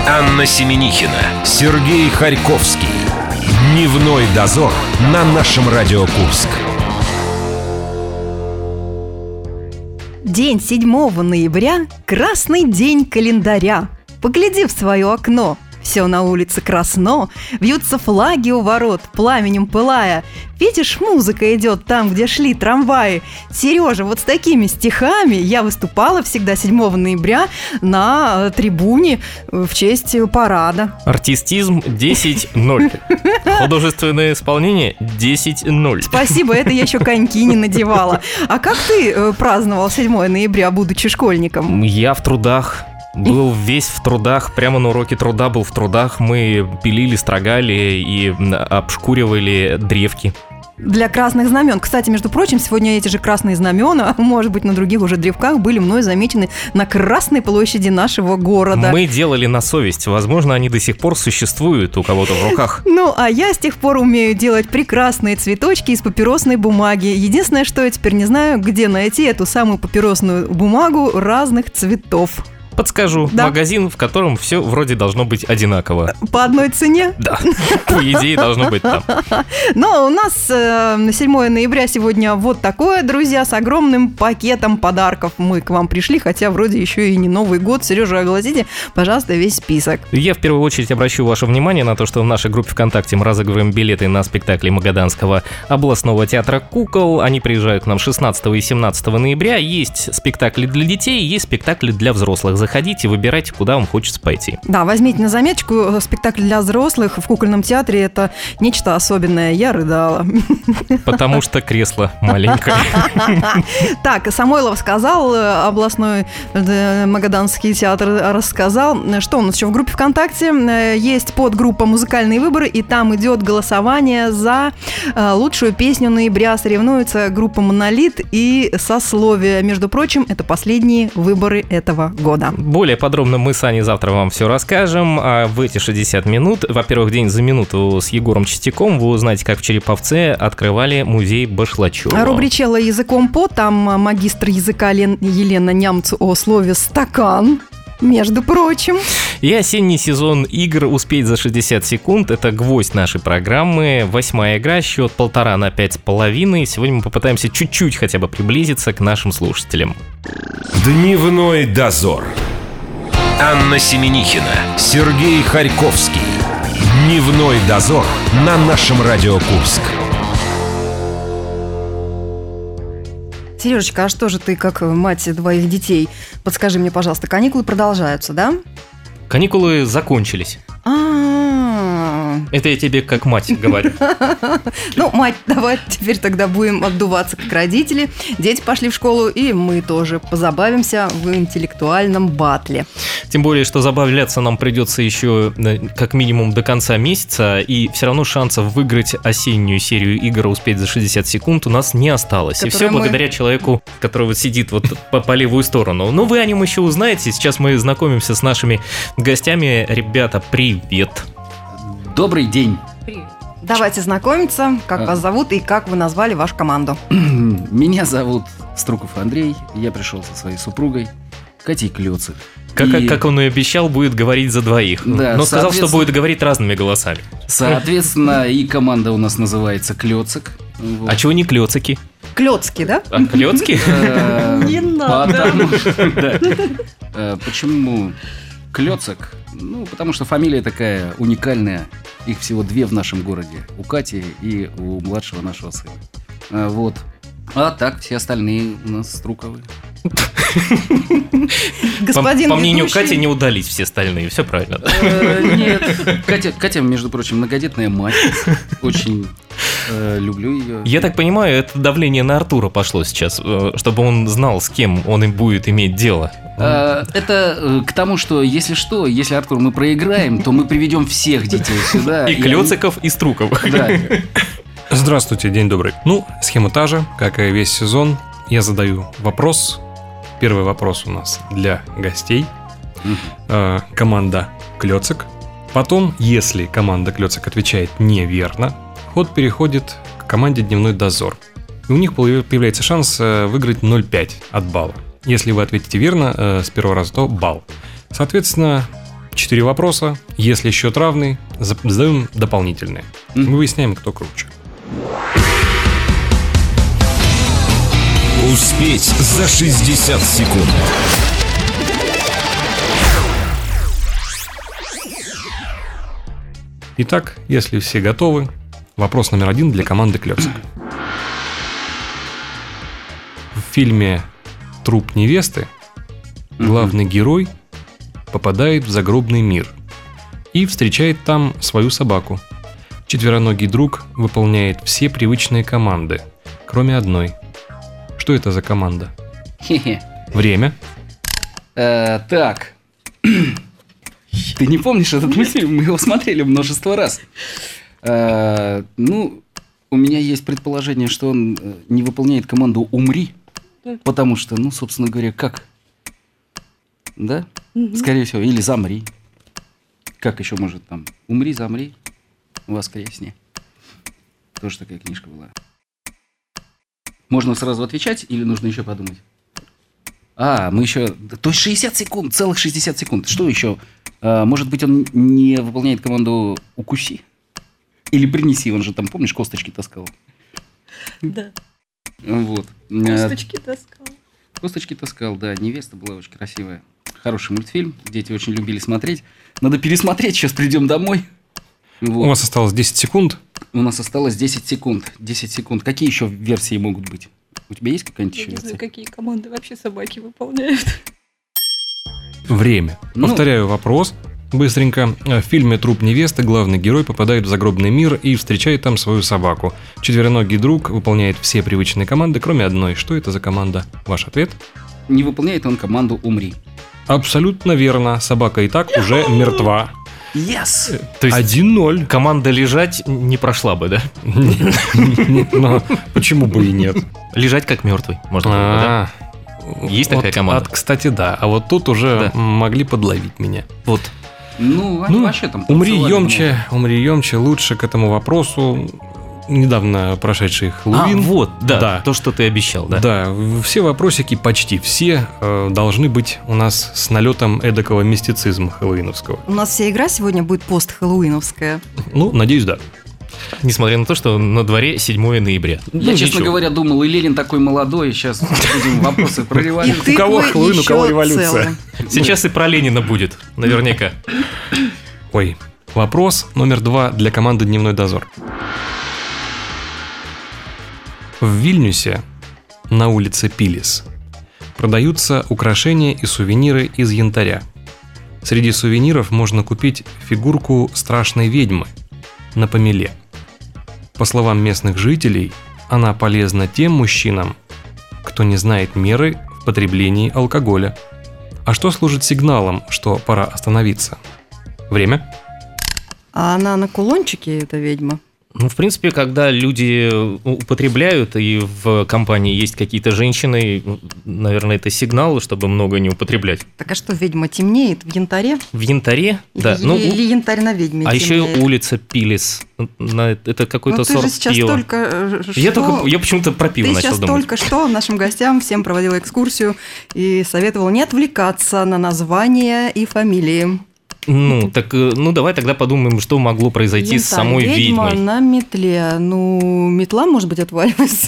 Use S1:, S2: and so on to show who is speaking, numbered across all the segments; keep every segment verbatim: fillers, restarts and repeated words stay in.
S1: Анна Семенихина, Сергей Харьковский. Дневной дозор на нашем Радио Курск.
S2: День седьмого ноября – красный день календаря. Погляди в свое окно. Все на улице красно, вьются флаги у ворот, пламенем пылая. Видишь, музыка идет там, где шли трамваи. Сережа, вот с такими стихами я выступала всегда седьмого ноября на трибуне в честь парада.
S3: Артистизм десять ноль. Художественное исполнение десять ноль.
S2: Спасибо, это я еще коньки не надевала. А как ты праздновал седьмого ноября, будучи школьником?
S3: Я в трудах. Был весь в трудах, прямо на уроке труда был в трудах. Мы пилили, строгали и обшкуривали древки.
S2: Для красных знамен. Кстати, между прочим, сегодня эти же красные знамена, может быть, на других уже древках, были мной замечены на Красной площади нашего города.
S3: Мы делали на совесть. Возможно, они до сих пор существуют у кого-то в руках.
S2: Ну, а я с тех пор умею делать прекрасные цветочки из папиросной бумаги. Единственное, что я теперь не знаю, где найти эту самую папиросную бумагу разных цветов.
S3: Подскажу.
S2: Да.
S3: Магазин, в котором все вроде должно быть одинаково.
S2: По одной цене?
S3: Да. По идее, должно быть там.
S2: Но у нас э, седьмого ноября сегодня вот такое, друзья, с огромным пакетом подарков. Мы к вам пришли, хотя вроде еще и не Новый год. Сережа, огласите, пожалуйста, весь список.
S3: Я в первую очередь обращу ваше внимание на то, что в нашей группе ВКонтакте мы разыгрываем билеты на спектакли Магаданского областного театра кукол. Они приезжают к нам шестнадцатого и семнадцатого ноября. Есть спектакли для детей, есть спектакли для взрослых. Заходите, выбирайте, куда вам хочется пойти.
S2: Да, возьмите на заметочку, спектакль для взрослых в кукольном театре – это нечто особенное. Я рыдала.
S3: Потому что кресло маленькое.
S2: Так, Самойлов сказал, областной Магаданский театр рассказал. Что у нас еще в группе ВКонтакте? Есть подгруппа «Музыкальные выборы», и там идет голосование за лучшую песню ноября. Соревнуется группа «Монолит» и «Сословие». Между прочим, это последние выборы этого года.
S3: Более подробно мы с Аней завтра вам все расскажем. А в эти шестьдесят минут, во-первых, день за минуту с Егором Чистяком, вы узнаете, как в Череповце открывали музей Башлачева.
S2: Рубричела «Языком по», там магистр языка Елена Нямц о слове «стакан». Между прочим.
S3: И осенний сезон игр «Успеть за шестьдесят секунд» — это гвоздь нашей программы. Восьмая игра, счет полтора на пять с половиной. Сегодня мы попытаемся чуть-чуть хотя бы приблизиться к нашим слушателям.
S1: Дневной дозор. Анна Семенихина, Сергей Харьковский. Дневной дозор на нашем Радио Курск.
S2: Сережечка, а что же ты, как мать двоих детей, подскажи мне, пожалуйста, каникулы продолжаются, да?
S3: Каникулы закончились.
S2: А-а-а.
S3: Это я тебе как мать говорю.
S2: Ну, мать, давай теперь тогда будем отдуваться как родители. Дети пошли в школу, и мы тоже позабавимся в интеллектуальном батле.
S3: Тем более, что забавляться нам придется еще как минимум до конца месяца, и все равно шансов выиграть осеннюю серию игр «Успеть за шестьдесят секунд» у нас не осталось. И все мы... благодаря человеку, который вот сидит вот по, по левую сторону. Но вы о нем еще узнаете. Сейчас мы знакомимся с нашими гостями. Ребята, привет!
S4: Добрый день.
S2: Привет. Давайте знакомиться, как а... вас зовут и как вы назвали вашу команду.
S4: Меня зовут Струков Андрей, я пришел со своей супругой Катей Клёцик.
S3: Как,
S4: и...
S3: как он и обещал, будет говорить за двоих.
S4: Да,
S3: но сказал, что будет говорить разными голосами.
S4: Соответственно, и команда у нас называется Клёцик.
S3: Вот. А чего не Клёцики?
S2: Клёцки, да?
S3: А, Клёцки?
S2: Не надо.
S4: Почему Клёцик? Ну, потому что фамилия такая уникальная. Их всего две в нашем городе. У Кати и у младшего нашего сына. Вот. А так, все остальные у нас Струковы.
S2: Господин
S3: По, по мнению
S2: ведущий...
S3: Кати, не удались все остальные, все правильно.
S4: Нет, Катя, Катя, между прочим, многодетная мать. Очень э, люблю ее.
S3: Я так понимаю, это давление на Артура пошло сейчас, чтобы он знал, с кем он им будет иметь дело.
S4: А, это к тому, что если что, если, Артур, мы проиграем, то мы приведем всех детей сюда.
S3: И, и Клёциков, они... и Струковых.
S4: Да.
S5: Здравствуйте, день добрый. Ну, схема та же, как и весь сезон. Я задаю вопрос. Первый вопрос у нас для гостей.
S4: Mm-hmm.
S5: э, Команда Клёцик. Потом, если команда Клёцик отвечает неверно, ход переходит к команде Дневной дозор. И у них появляется шанс выиграть ноль целых пять от балла. Если вы ответите верно э, с первого раза, то балл. Соответственно, Четыре вопроса. Если счет равный, задаем дополнительные.
S4: Mm.
S5: Мы выясняем, кто круче.
S1: Успеть за шестьдесят секунд.
S5: Итак, если все готовы, вопрос номер один для команды «Клёцок». В фильме «Труп невесты» главный герой попадает в загробный мир и встречает там свою собаку. Четвероногий друг выполняет все привычные команды, кроме одной. Что это за команда?
S4: Хе-хе.
S5: Время.
S4: Э, Так. Ты не помнишь этот мультфильм? Мы его смотрели множество раз. Э, Ну, у меня есть предположение, что он э, не выполняет команду «умри», потому что, ну, собственно говоря, как? Да? Скорее всего. Или «замри». Как еще может там? «Умри, замри, воскресни». Тоже такая книжка была. Можно сразу отвечать или нужно еще подумать? А, мы еще... То есть шестьдесят секунд, целых шестьдесят секунд. Что еще? А, может быть, он не выполняет команду «укуси»? Или «принеси», он же там, помнишь, косточки таскал?
S6: Да.
S4: Вот.
S6: Косточки таскал.
S4: Косточки таскал, да. «Невеста» была очень красивая. Хороший мультфильм. Дети очень любили смотреть. Надо пересмотреть, сейчас придем домой. Вот.
S5: У вас осталось десять секунд.
S4: У нас осталось десять секунд. десять секунд. Какие еще версии могут быть? У тебя есть какая-нибудь
S6: Я
S4: еще
S6: не знаю,
S4: версия?
S6: какие команды вообще собаки выполняют.
S5: Время.
S4: Ну.
S5: Повторяю вопрос. Быстренько. В фильме «Труп невесты» главный герой попадает в загробный мир и встречает там свою собаку. Четвероногий друг выполняет все привычные команды, кроме одной. Что это за команда? Ваш ответ?
S4: Не выполняет он команду «умри».
S5: Абсолютно верно. Собака и так уже мертва.
S4: Yes!
S3: То есть
S5: один ноль.
S3: команда лежать не прошла бы, да?
S5: Но почему бы и нет?
S3: Лежать как мертвый, можно было бы, да?
S5: А,
S3: Есть
S5: вот
S3: такая команда?
S5: от- Кстати, да. А вот тут уже
S3: Да.
S5: могли подловить меня.
S3: Вот.
S4: Ну, они
S5: Ну,
S4: вообще там...
S5: Умри
S4: танцевали
S5: емче, умри емче лучше к этому вопросу. Недавно прошедший
S3: А,
S5: Хэллоуин.
S3: вот, да,
S5: Да.
S3: то, что ты обещал, да.
S5: Да, в- все вопросики, почти все, э, должны быть у нас с налетом эдакого мистицизма хэллоуиновского.
S2: У нас вся игра сегодня будет пост-хэллоуиновская.
S5: Ну, надеюсь, да.
S3: Несмотря на то, что на дворе седьмое ноября.
S4: много. Я,
S3: Ну,
S4: честно
S3: ничего.
S4: говоря, думал, и Ленин такой молодой, сейчас будем вопросы про
S2: И
S4: революцию.
S5: У кого
S2: тыквы
S5: Хэллоуин, у
S2: еще
S5: кого революция.
S2: целы.
S3: Сейчас и про Ленина будет, наверняка.
S5: Ой, вопрос номер два для команды «Дневной дозор». В Вильнюсе на улице Пилис продаются украшения и сувениры из янтаря. Среди сувениров можно купить фигурку страшной ведьмы на помеле. По словам местных жителей, она полезна тем мужчинам, кто не знает меры в потреблении алкоголя. А что служит сигналом, что пора остановиться? Время?
S2: А она на кулончике, эта ведьма?
S3: Ну, в принципе, когда люди употребляют, и в компании есть какие-то женщины, наверное, это сигнал, чтобы много не употреблять.
S2: Так а что, ведьма темнеет в янтаре?
S3: В янтаре,
S2: Или,
S3: да. Ну,
S2: или янтарь на ведьме
S3: а еще
S2: темнеет?
S3: и улица Пилис. На- Это какой-то
S2: Ну, ты
S3: сорт
S2: же сейчас
S3: пива.
S2: только... э,
S3: Я,
S2: что-
S3: только, я почему-то про пиво
S2: Ты
S3: начал
S2: сейчас
S3: думать.
S2: только что нашим гостям всем проводила экскурсию и советовал не отвлекаться на названия и фамилии.
S3: Ну, так, э, ну, давай тогда подумаем, что могло произойти с
S2: Янтарь,
S3: самой
S2: ведьма
S3: ведьмой.
S2: на метле. Ну, метла, может быть, отваливается.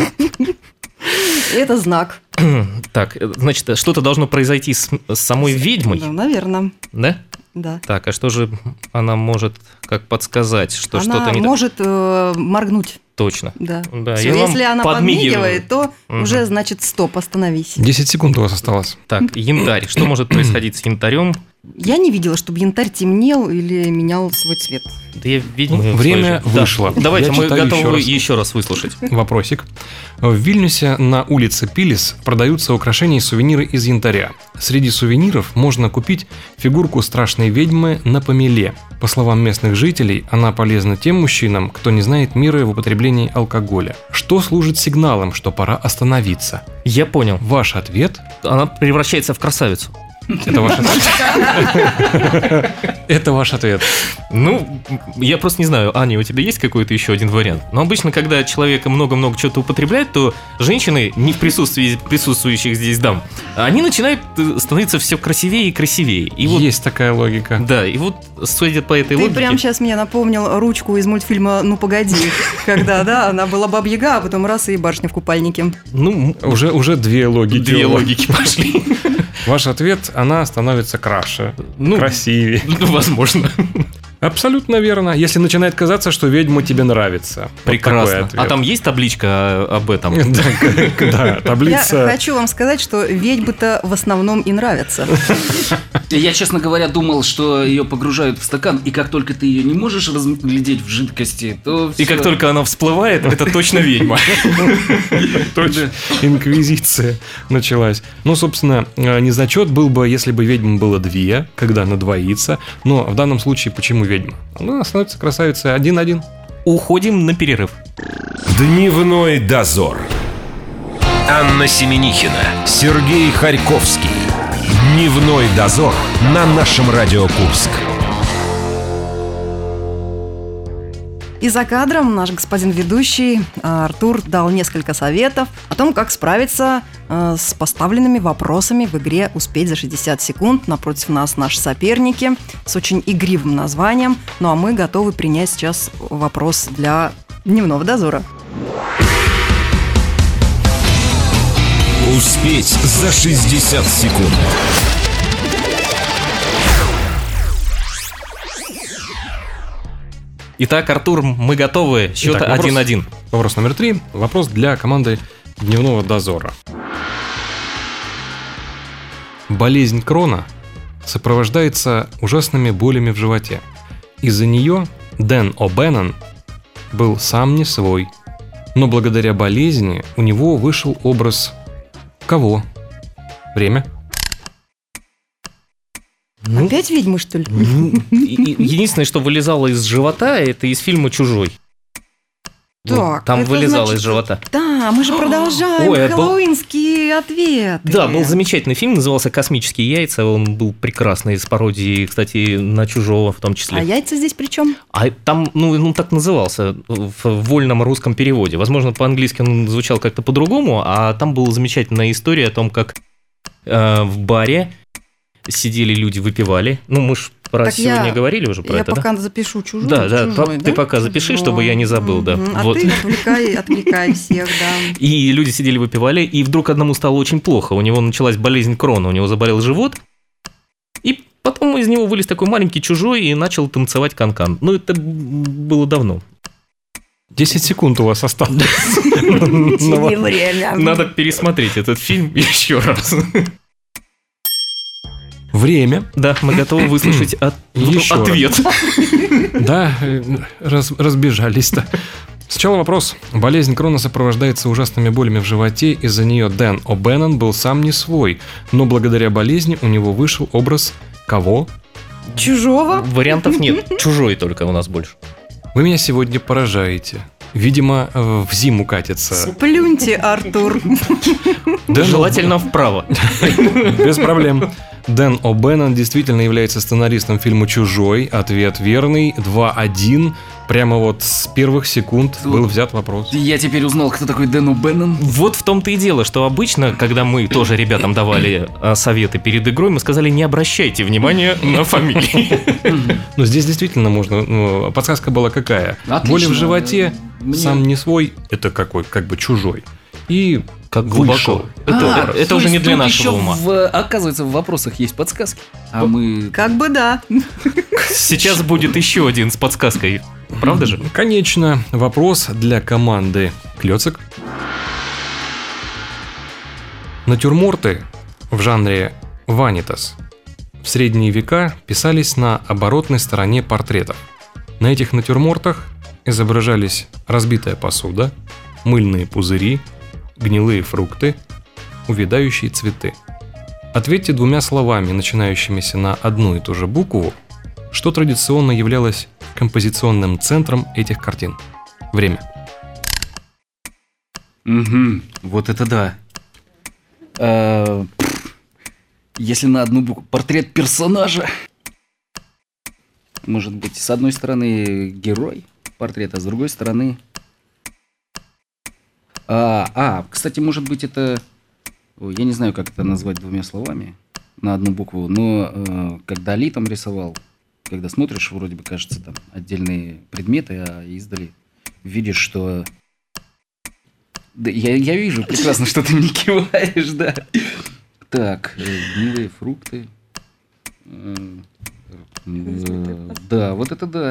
S2: Это знак.
S3: Так, э, значит, что-то должно произойти с, с самой ведьмой,
S2: Да, наверное,
S3: да?
S2: да.
S3: Так, а что же она может как подсказать, что
S2: Она
S3: что-то не так?
S2: может э, моргнуть,
S3: Точно.
S2: да.
S3: Да,
S2: Всё,
S3: я вам
S2: если она
S3: подмигиваю.
S2: подмигивает, то
S3: Мгм.
S2: уже, значит, стоп, остановись.
S5: десять секунд у вас осталось.
S3: Так, янтарь. Что может происходить с янтарем?
S2: Я не видела, чтобы янтарь темнел или менял свой цвет.
S3: Да я ведьму
S5: Ну,
S3: в
S5: время
S3: своей же-
S5: вышло.
S3: Да. Давайте,
S5: Я
S3: мы
S5: читаю
S3: готовы
S5: еще раз.
S3: еще раз выслушать.
S5: Вопросик. В Вильнюсе на улице Пилис продаются украшения и сувениры из янтаря. Среди сувениров можно купить фигурку страшной ведьмы на помеле. По словам местных жителей, она полезна тем мужчинам, кто не знает меры в употреблении алкоголя. Что служит сигналом, что пора остановиться?
S3: Я понял.
S5: Ваш ответ?
S3: Она превращается в красавицу.
S5: Это ваш ответ? Это ваш ответ.
S3: Ну, я просто не знаю, Аня, у тебя есть какой-то еще один вариант? Но обычно, когда человек много-много чего-то употребляет, то женщины, не в присутствии присутствующих здесь дам, они начинают становиться все красивее и красивее. И вот,
S5: есть такая логика.
S3: Да, и вот судя по этой
S2: Ты
S3: логике...
S2: прям сейчас мне напомнил ручку из мультфильма «Ну, погоди», когда, да, она была Баба-Яга, а потом раз и барышня в купальнике.
S3: Ну,
S5: уже, уже две логики.
S3: Две логики пошли.
S5: Ваш ответ, она становится краше,
S3: ну,
S5: красивее.
S3: Ну, возможно.
S5: Абсолютно верно. Если начинает казаться, что ведьма тебе нравится.
S3: Прекрасно.
S5: Вот
S3: а там есть табличка об этом?
S5: Да, таблица.
S2: Я хочу вам сказать, что ведьмы-то в основном и нравятся.
S4: Я, честно говоря, думал, что ее погружают в стакан, и как только ты ее не можешь разглядеть в жидкости, то
S3: И как только она всплывает, это точно ведьма.
S5: Точно. Инквизиция началась. Ну, собственно, незачет был бы, если бы ведьм было две, когда она двоится. Но в данном случае почему ведьма? Она становится красавицей один-один.
S3: Уходим на перерыв.
S1: Дневной дозор. Анна Семенихина, Сергей Харьковский. Дневной дозор на нашем Радио Курск.
S2: И за кадром наш господин ведущий Артур дал несколько советов о том, как справиться с поставленными вопросами в игре «Успеть за шестьдесят секунд». Напротив нас наши соперники с очень игривым названием. Ну а мы готовы принять сейчас вопрос для дневного дозора.
S1: Успеть за шестьдесят секунд.
S3: Итак, Артур, мы готовы. Счет один-один.
S5: Вопрос номер три. Вопрос для команды Дневного дозора. Болезнь Крона сопровождается ужасными болями в животе. Из-за нее Дэн О'Беннон был сам не свой. Но благодаря болезни у него вышел образ кого? Время?
S2: Ну, опять ведьмы, что ли?
S3: Единственное, что вылезало из живота, это из фильма «Чужой».
S2: Так,
S3: там
S2: это
S3: вылезало
S2: значит,
S3: из живота.
S2: Да, мы же продолжаем.
S3: Ой,
S2: хэллоуинский был... ответ.
S3: Да, был замечательный фильм, назывался «Космические яйца». Он был прекрасный, с пародией, кстати, на «Чужого» в том числе.
S2: А яйца здесь при чем?
S3: А там, ну, ну, так назывался в вольном русском переводе. Возможно, по-английски он звучал как-то по-другому, а там была замечательная история о том, как э, в баре сидели люди, выпивали. Ну, мы же про
S2: так
S3: сегодня
S2: я,
S3: говорили уже про
S2: я
S3: это,
S2: пока
S3: да?
S2: запишу чужой.
S3: Да, да,
S2: чужой,
S3: ты
S2: да?
S3: пока запиши,
S2: Чужой.
S3: чтобы я не забыл, да.
S2: А
S3: Вот.
S2: ты отвлекай, отвлекай всех, да.
S3: И люди сидели, выпивали, и вдруг одному стало очень плохо. У него началась болезнь Крона, у него заболел живот. И потом из него вылез такой маленький чужой и начал танцевать канкан. Ну, это было давно.
S5: десять секунд у вас осталось.
S2: время.
S3: Надо пересмотреть этот фильм еще раз.
S5: Время.
S3: Да, мы готовы выслушать от...
S5: Еще
S3: ответ.
S5: Да, раз, разбежались-то. Сначала вопрос. Болезнь Крона сопровождается ужасными болями в животе. Из-за нее Дэн О'Беннон был сам не свой. Но благодаря болезни у него вышел образ кого?
S2: Чужого?
S3: Вариантов нет. Чужой только у нас больше.
S5: Вы меня сегодня поражаете. Видимо, в зиму катится.
S2: Плюньте, Артур.
S5: Дэн
S3: Желательно О... вправо.
S5: Без проблем. Дэн О'Беннон действительно является сценаристом фильма «Чужой». Ответ верный. два-один. Прямо вот с первых секунд был взят вопрос.
S4: Я теперь узнал, кто такой Дэн О'Беннон.
S3: Вот в том-то и дело, что обычно, когда мы тоже ребятам давали советы перед игрой, мы сказали, не обращайте внимания на фамилии.
S5: Но здесь действительно можно... Ну, подсказка была какая?
S4: Отлично.
S5: Боли в животе,
S4: Мне...
S5: сам не свой, это какой, как бы чужой. И
S3: как глубоко.
S5: вышел.
S3: Это,
S4: А,
S3: это уже не для нашего ума.
S4: В, оказывается, в вопросах есть подсказки. А мы...
S2: Как бы да.
S3: Сейчас будет еще один с подсказкой. Правда же?
S5: Конечно, вопрос для команды Клёцик. Натюрморты в жанре ванитас в средние века писались на оборотной стороне портретов. На этих натюрмортах изображались разбитая посуда, мыльные пузыри, гнилые фрукты, увядающие цветы. Ответьте двумя словами, начинающимися на одну и ту же букву, что традиционно являлось композиционным центром этих картин. Время.
S4: Угу, вот это да. А, Если на одну букву. Портрет персонажа. Может быть, с одной стороны герой портрета, а с другой стороны... А, а, кстати, может быть, это... Ой, я не знаю, как это назвать двумя словами на одну букву, но э, как Дали там рисовал, когда смотришь, вроде бы кажется, там отдельные предметы, а издали видишь, что... Да, я, я вижу прекрасно, что ты мне киваешь, да. Так, э, гнилые фрукты. Э, э, да, вот это да.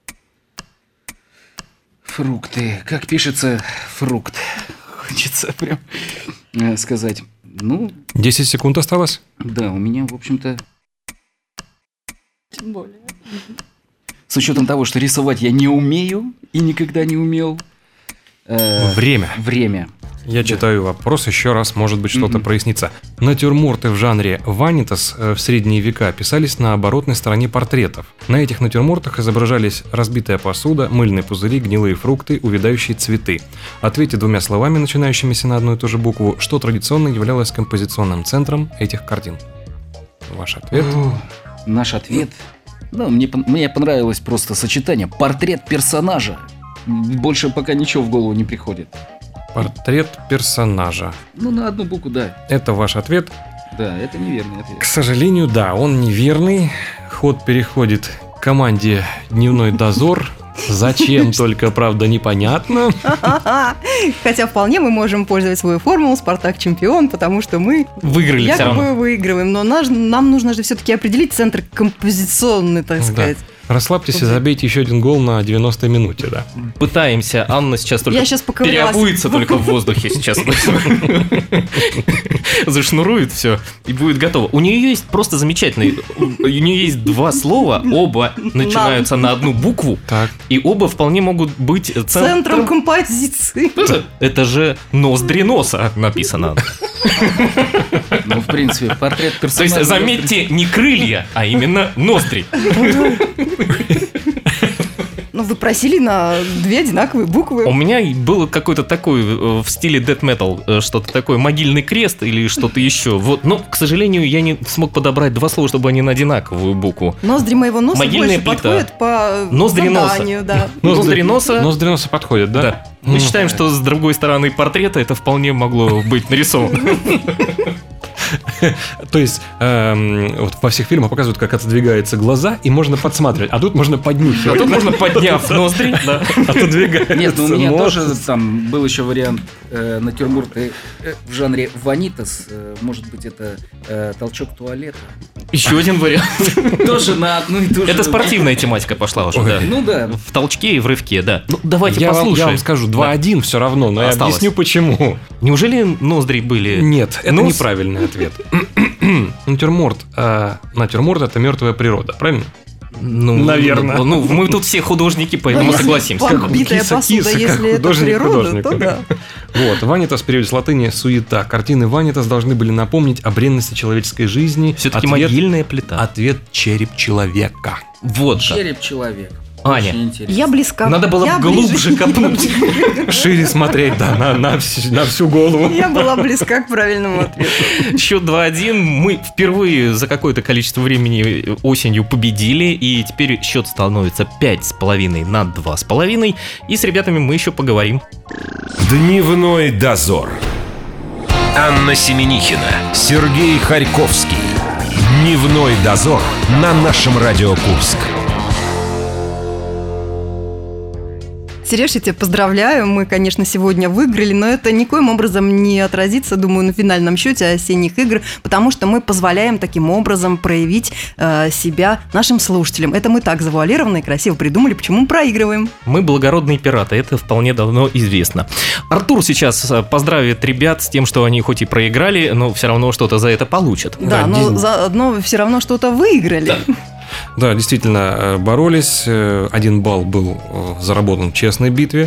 S4: Фрукты. Как пишется фрукт? Хочется прям э, сказать. Ну...
S5: десять секунд осталось?
S4: Да, у меня, в общем-то...
S6: Тем более.
S4: С учетом того, что рисовать я не умею и никогда не умел. Э,
S5: Время.
S4: Время.
S5: Я
S4: Да.
S5: читаю вопрос, еще раз, может быть, что-то
S4: Мгм.
S5: прояснится. Натюрморты в жанре ванитас э, в средние века писались на оборотной стороне портретов. На этих натюрмортах изображались разбитая посуда, мыльные пузыри, гнилые фрукты, увядающие цветы. Ответьте двумя словами, начинающимися на одну и ту же букву, что традиционно являлось композиционным центром этих картин. Ваш ответ?
S4: О, наш ответ. Ну, мне, пон- мне понравилось просто сочетание. Портрет персонажа. Больше пока ничего в голову не приходит.
S5: Портрет персонажа.
S4: Ну, на одну букву, да.
S5: Это ваш ответ?
S4: Да, это неверный
S5: К
S4: ответ.
S5: сожалению, да, он неверный. Ход переходит к команде «Дневной дозор». Зачем, только, правда, непонятно.
S2: Хотя вполне мы можем пользовать свою формулу «Спартак чемпион», потому что мы
S3: Выиграли все равно.
S2: якобы выигрываем. Но наш- нам нужно же все-таки определить центр композиционный, так
S5: Да.
S2: сказать.
S5: Расслабьтесь и забейте еще один гол на девяностой минуте, да.
S3: Пытаемся. Анна сейчас только
S2: Я сейчас поковырялась.
S3: переобуется только в воздухе сейчас. Зашнурует все и будет готово. У нее есть просто замечательный... У нее есть два слова, оба начинаются на одну букву,
S5: Так.
S3: и оба вполне могут быть
S2: Центром
S3: центром...
S2: композиции.
S3: Это же ноздри носа написано.
S4: Ну, в принципе, портрет
S3: То
S4: персонажа...
S3: есть, заметьте, не крылья, а именно ноздри.
S2: Ну, вы просили на две одинаковые
S3: У
S2: буквы.
S3: меня было какой-то такой э, в стиле death metal, э, что-то такое, могильный крест или что-то еще. Вот, но, к сожалению, я не смог подобрать два слова, чтобы они на одинаковую букву.
S2: Ноздри моего носа
S3: Могильная
S2: больше
S3: плита.
S2: подходят по
S3: Ноздри носа.
S2: заданию, да.
S3: Ноздри носа.
S5: Ноздри носа подходит, да?
S3: Да. Мы
S5: Ну,
S3: считаем, что с другой стороны портрета это вполне могло быть нарисовано.
S5: То есть, эм, вот во всех фильмах показывают, как отодвигаются глаза, и можно подсматривать, а тут можно
S3: А
S5: поднюхивать.
S3: тут можно, подняв ноздри, да.
S5: Отодвигается
S4: Нет, ну у меня
S5: нос.
S4: тоже там был еще вариант э, натюрморты э, в жанре ванитас. Э, может быть, это э, толчок туалета.
S3: Еще один вариант.
S4: Тоже на одну и ту же...
S3: Это спортивная тематика пошла уже,
S5: Ой.
S3: да.
S4: Ну да.
S3: В толчке и в рывке, да. Ну, давайте
S5: Я вам, я
S3: послушаем.
S5: вам скажу, два-один все равно, но я
S3: Осталось.
S5: объясню почему.
S3: Неужели ноздри были?
S5: Нет, это
S3: Нос?
S5: неправильный ответ. Натюрморт. э, Натюрморт — это мертвая природа, правильно?
S3: Ну,
S5: Наверное.
S3: Ну, ну, мы тут все художники, поэтому
S2: Ну, если
S3: согласимся.
S2: Подбитая
S5: Киса,
S2: посуда,
S5: киса, как
S2: если это
S5: художник,
S2: природа,
S5: художник.
S2: то да.
S5: Вот, ванитас в переводе с латыни «суета». Картины ванитас должны были напомнить о бренности человеческой жизни.
S3: Все-таки
S5: Ответ-
S3: могильная плита.
S5: Ответ — череп человека.
S3: Вот же.
S4: Череп человека.
S3: Аня,
S4: Очень интересно.
S2: Я близка.
S3: Надо было
S2: Я
S3: глубже
S2: ближе.
S3: копнуть.
S5: Шире смотреть, да, на, на, всю, на всю голову.
S2: Я была близка к правильному ответу.
S3: Счет два-один. Мы впервые за какое-то количество времени осенью победили, и теперь счет становится пять с половиной на два с половиной. И с ребятами мы еще поговорим.
S1: Дневной дозор. Анна Семенихина, Сергей Харьковский. Дневной дозор на нашем Радио Курск.
S2: Сереж, я тебя поздравляю. Мы, конечно, сегодня выиграли, но это никоим образом не отразится, думаю, на финальном счете осенних игр, потому что мы позволяем таким образом проявить э, себя нашим слушателям. Это мы так завуалированно и красиво придумали, почему мы проигрываем.
S3: Мы благородные пираты, это вполне давно известно. Артур сейчас э, поздравит ребят с тем, что они хоть и проиграли, но все равно что-то за это получат.
S2: Да,
S5: Да,
S2: но
S5: дизель.
S2: заодно все равно что-то выиграли.
S5: Да, действительно, э, боролись. Э, Один балл был э, заработан в честной битве.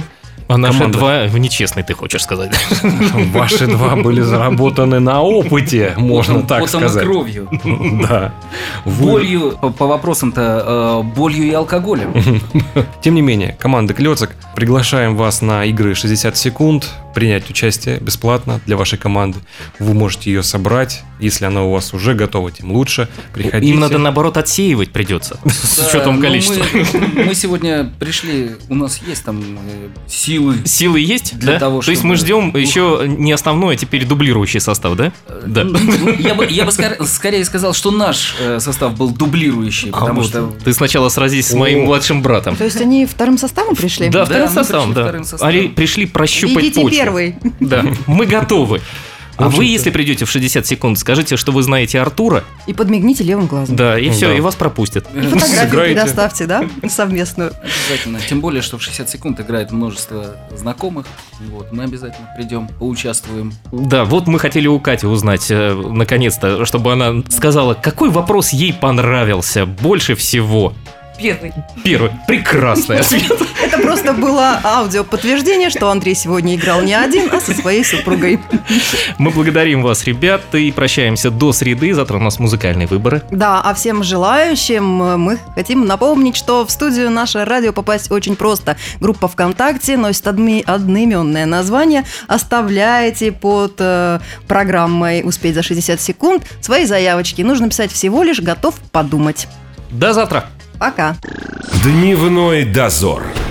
S3: А наши
S5: Команда.
S3: два нечестные, ты хочешь сказать?
S5: Ваши два были заработаны на опыте, можно
S4: Потом-
S5: так
S4: потом и
S5: сказать.
S4: кровью.
S5: Да. Вы-
S4: Болью, по, по вопросам-то, э, болью и алкоголем.
S5: Тем не менее, команда Клёцок, приглашаем вас на игры шестьдесят секунд, принять участие бесплатно для вашей команды. Вы можете ее собрать, если она у вас уже готова, тем лучше. Приходите.
S3: Им надо, наоборот, отсеивать придется, с
S4: Да,
S3: учетом
S4: ну,
S3: количества.
S4: Мы, мы сегодня пришли, у нас есть там э, силы.
S3: Силы есть,
S4: Для
S3: да?
S4: того,
S3: То есть мы
S4: чтобы-
S3: ждем еще не основной, а теперь дублирующий состав, да? Да.
S4: Ну, Я бы, я бы скор- скорее сказал, что наш э, состав был дублирующий,
S3: А
S4: потому
S3: вот
S4: что...
S3: Ты сначала сразись с моим
S5: О.
S3: младшим братом.
S2: То есть они вторым составом пришли?
S3: Да,
S4: Да,
S3: вторым
S4: мы
S3: составом,
S4: пришли
S3: да.
S4: вторым составом.
S3: Они пришли прощупать
S2: Идите
S3: почву.
S2: первый.
S3: Да, мы готовы. А
S5: общем-то-
S3: вы, если придете в шестьдесят секунд, скажите, что вы знаете Артура,
S2: И подмигните левым глазом.
S3: да, и все,
S5: Да.
S3: и вас пропустят.
S2: И фотографию
S5: Сыграете.
S2: предоставьте, да? Совместную.
S4: Обязательно. Тем более, что в шестьдесят секунд играет множество знакомых. Вот, мы обязательно придем, поучаствуем.
S3: Да, вот мы хотели у Кати узнать, э, наконец-то, чтобы она сказала, какой вопрос ей понравился больше всего.
S6: Первый.
S3: Первый. Прекрасный ответ.
S2: Это просто было аудио-подтверждение, что Андрей сегодня играл не один, а со своей супругой.
S3: Мы благодарим вас, ребята, и прощаемся до среды. Завтра у нас музыкальные выборы.
S2: Да, а всем желающим мы хотим напомнить, что в студию наше радио попасть очень просто. Группа ВКонтакте носит одни- одноименное название. Оставляйте под э, программой «Успеть за шестьдесят секунд» свои заявочки. Нужно писать всего лишь «Готов подумать».
S3: До завтра.
S2: Пока.
S1: Дневной дозор.